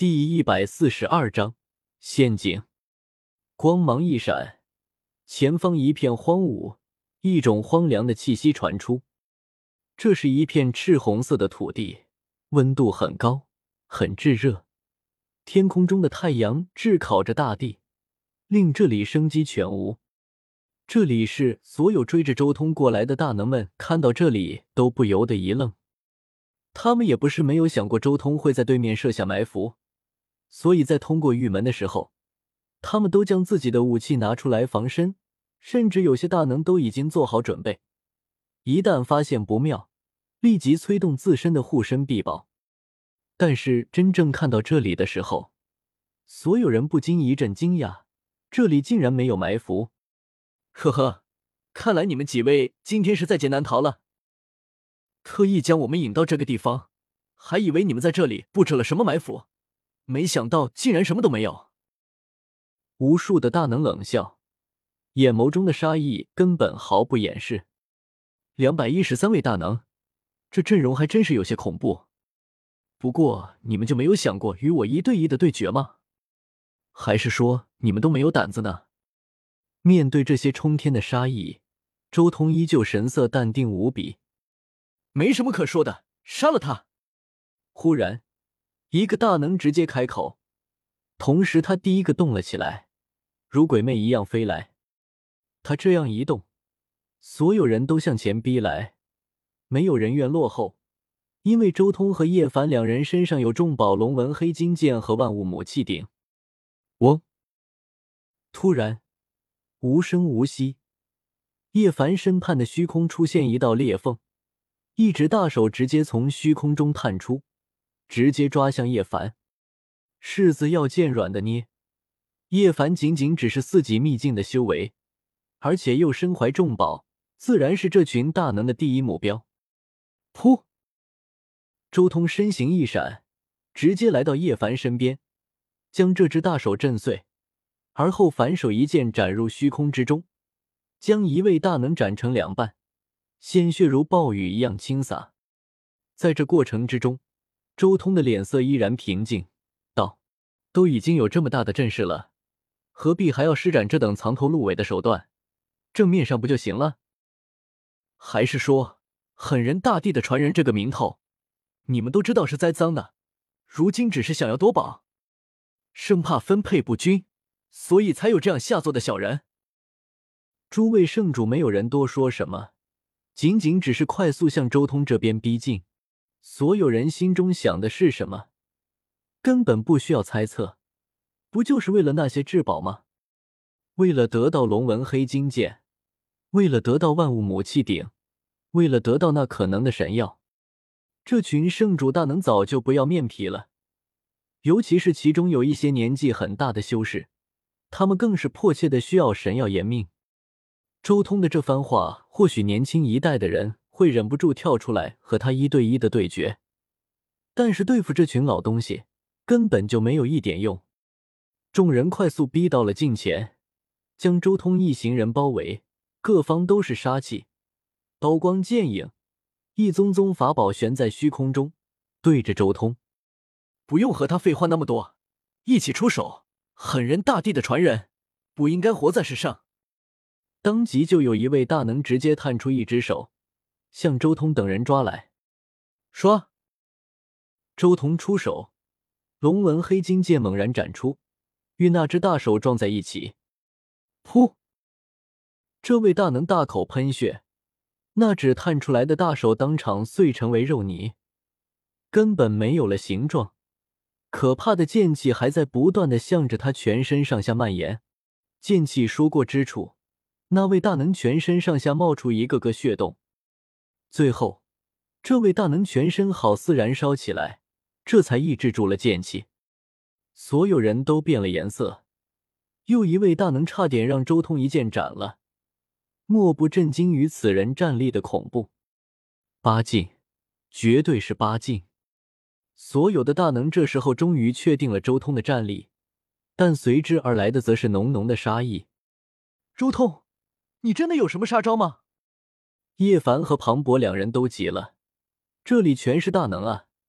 第142章陷阱。光芒一闪，前方一片荒芜，一种荒凉的气息传出。这是一片赤红色的土地，温度很高，很炙热。天空中的太阳炙烤着大地，令这里生机全无。这里是所有追着周通过来的大能们看到这里都不由得一愣。他们也不是没有想过周通会在对面设下埋伏，所以在通过玉门的时候，他们都将自己的武器拿出来防身，甚至有些大能都已经做好准备，一旦发现不妙，立即催动自身的护身臂宝。但是真正看到这里的时候，所有人不禁一阵惊讶，这里竟然没有埋伏。呵呵，看来你们几位今天是在劫难逃了。特意将我们引到这个地方，还以为你们在这里布置了什么埋伏，没想到竟然什么都没有。无数的大能冷笑，眼眸中的杀意根本毫不掩饰。213位大能，这阵容还真是有些恐怖。不过你们就没有想过与我1对1的对决吗？还是说你们都没有胆子呢？面对这些冲天的杀意，周通依旧神色淡定无比。没什么可说的，杀了他！忽然，一个大能直接开口，同时他第一个动了起来，如鬼魅一样飞来。他这样一动，所有人都向前逼来，没有人愿落后，因为周通和叶凡两人身上有重宝龙纹黑金剑和万物母气鼎。嗡！突然，无声无息，叶凡身畔的虚空出现一道裂缝，一只大手直接从虚空中探出，直接抓向叶凡。柿子要见软的捏，叶凡仅仅只是4级秘境的修为，而且又身怀重宝，自然是这群大能的第一目标。噗！周通身形一闪，直接来到叶凡身边，将这只大手震碎，而后反手一剑斩入虚空之中，将一位大能斩成2半，鲜血如暴雨一样倾洒。在这过程之中，周通的脸色依然平静，道：都已经有这么大的阵势了，何必还要施展这等藏头露尾的手段？正面上不就行了？还是说狠人大帝的传人这个名头，你们都知道是栽赃的，如今只是想要夺宝，生怕分配不均，所以才有这样下作的小人。诸位圣主没有人多说什么，仅仅只是快速向周通这边逼近。所有人心中想的是什么，根本不需要猜测，不就是为了那些至宝吗？为了得到龙纹黑金剑，为了得到万物母气鼎，为了得到那可能的神药，这群圣主大能早就不要面皮了。尤其是其中有一些年纪很大的修士，他们更是迫切的需要神药延命。周通的这番话，或许年轻一代的人会忍不住跳出来和他1对1的对决，但是对付这群老东西根本就没有一点用。众人快速逼到了近前，将周通一行人包围，各方都是杀气，刀光剑影，一宗宗法宝悬在虚空中，对着周通。不用和他废话那么多，一起出手！狠人大帝的传人，不应该活在世上。当即就有一位大能直接探出一只手，向周通等人抓来。唰！周通出手，龙纹黑金剑猛然斩出，与那只大手撞在一起。噗！这位大能大口喷血，那只探出来的大手当场碎成为肉泥，根本没有了形状。可怕的剑气还在不断地向着他全身上下蔓延，剑气说过之处，那位大能全身上下冒出一个个血洞，最后这位大能全身好似燃烧起来，这才抑制住了剑气。所有人都变了颜色，又一位大能差点让周通一剑斩了，莫不震惊于此人战力的恐怖。8境，绝对是8境。所有的大能这时候终于确定了周通的战力，但随之而来的则是浓浓的杀意。周通，你真的有什么杀招吗？叶凡和庞博两人都急了，这里全是大能啊，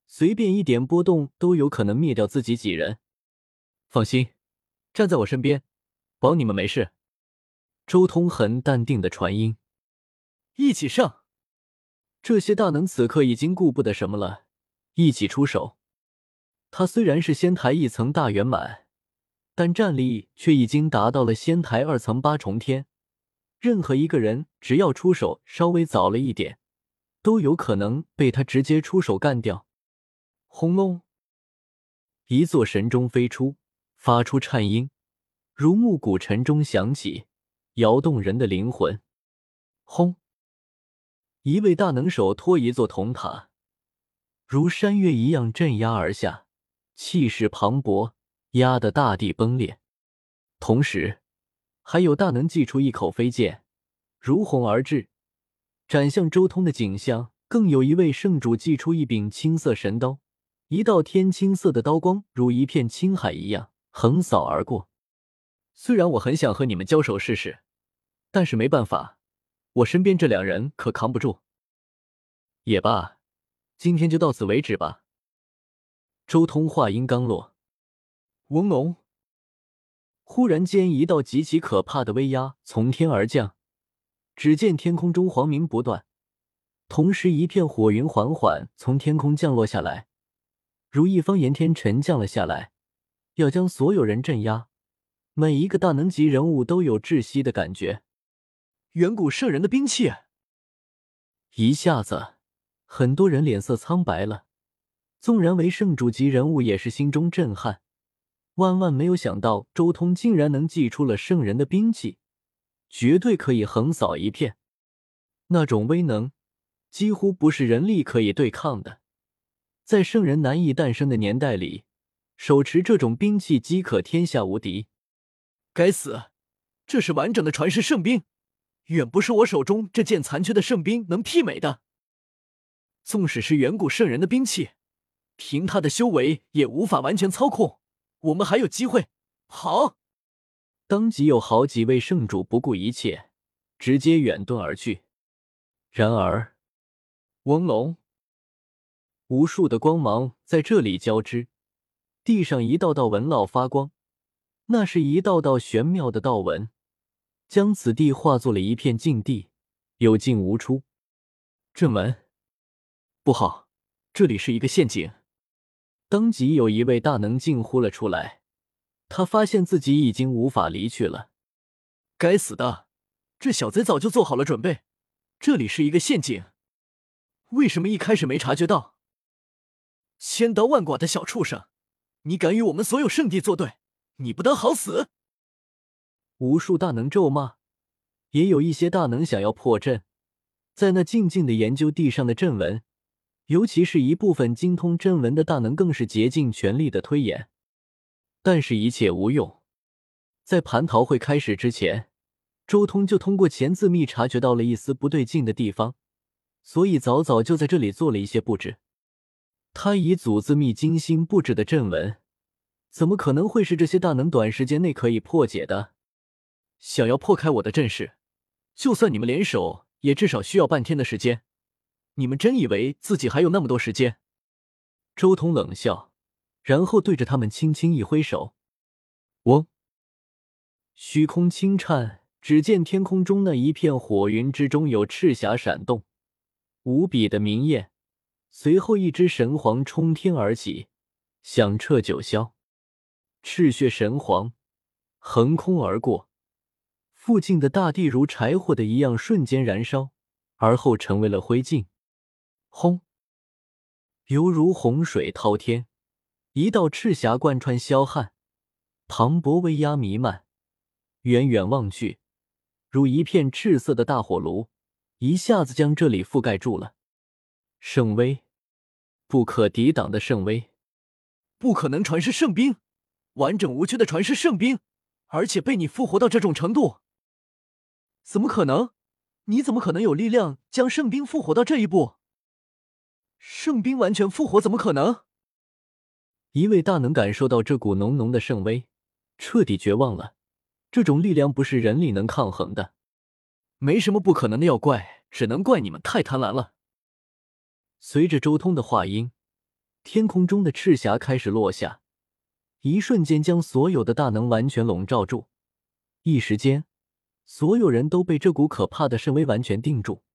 随便一点波动都有可能灭掉自己几人。放心，站在我身边，保你们没事。周通很淡定的传音。一起上！这些大能此刻已经顾不得什么了，一起出手。他虽然是仙台1层大圆满，但战力却已经达到了仙台2层8重天。任何一个人只要出手稍微早了一点，都有可能被他直接出手干掉。轰隆！一座神钟飞出，发出颤音，如暮鼓晨钟响起，摇动人的灵魂。轰！一位大能手托一座铜塔，如山岳一样镇压而下，气势磅礴，压得大地崩裂。同时还有大能祭出一口飞剑，如虹而至，斩向周通的景象。更有一位圣主祭出一柄青色神刀，一道天青色的刀光如一片青海一样横扫而过。虽然我很想和你们交手试试，但是没办法，我身边这2人可扛不住。也罢，今天就到此为止吧。周通话音刚落，嗡隆！忽然间一道极其可怕的威压从天而降，只见天空中黄鸣不断，同时一片火云缓缓从天空降落下来，如一方炎天沉降了下来，要将所有人镇压。每一个大能级人物都有窒息的感觉。远古圣人的兵器！一下子很多人脸色苍白了，纵然为圣主级人物也是心中震撼，万万没有想到周通竟然能祭出了圣人的兵器，绝对可以横扫一片。那种威能几乎不是人力可以对抗的，在圣人难以诞生的年代里，手持这种兵器即可天下无敌。该死，这是完整的传世圣兵，远不是我手中这件残缺的圣兵能媲美的。纵使是远古圣人的兵器，凭他的修为也无法完全操控，我们还有机会。好！当即有好几位圣主不顾一切，直接远遁而去。然而，嗡隆，无数的光芒在这里交织，地上一道道纹烙发光，那是一道道玄妙的道纹，将此地化作了一片禁地，有进无出。阵纹，不好，这里是一个陷阱。当即有一位大能惊呼了出来，他发现自己已经无法离去了。该死的，这小贼早就做好了准备，这里是一个陷阱，为什么一开始没察觉到？千刀万剐的小畜生，你敢与我们所有圣地作对，你不得好死！无数大能咒骂，也有一些大能想要破阵，在那静静的研究地上的阵纹，尤其是一部分精通阵纹的大能更是竭尽全力的推演。但是一切无用。在蟠桃会开始之前，周通就通过潜字秘察觉到了一丝不对劲的地方，所以早早就在这里做了一些布置。他以祖字秘精心布置的阵纹，怎么可能会是这些大能短时间内可以破解的？想要破开我的阵势，就算你们联手，也至少需要半天的时间。你们真以为自己还有那么多时间？周通冷笑，然后对着他们轻轻一挥手。嗡！虚空轻颤，只见天空中那一片火云之中有赤霞闪动，无比的明艳。随后一只神皇冲天而起，响彻九霄。赤血神皇横空而过，附近的大地如柴火的一样瞬间燃烧，而后成为了灰烬。轰！犹如洪水滔天，一道赤霞贯穿霄汉，磅礴威压弥漫，远远望去，如一片赤色的大火炉，一下子将这里覆盖住了。圣威，不可抵挡的圣威，不可能传世圣兵，完整无缺的传世圣兵，而且被你复活到这种程度，怎么可能？你怎么可能有力量将圣兵复活到这一步？圣兵完全复活怎么可能？一位大能感受到这股浓浓的圣威，彻底绝望了。这种力量不是人力能抗衡的。没什么不可能的要怪，只能怪你们太贪婪了。随着周通的话音， 天空中的赤霞开始落下，一瞬间将所有的大能完全笼罩住。一时间，所有人都被这股可怕的神威完全定住。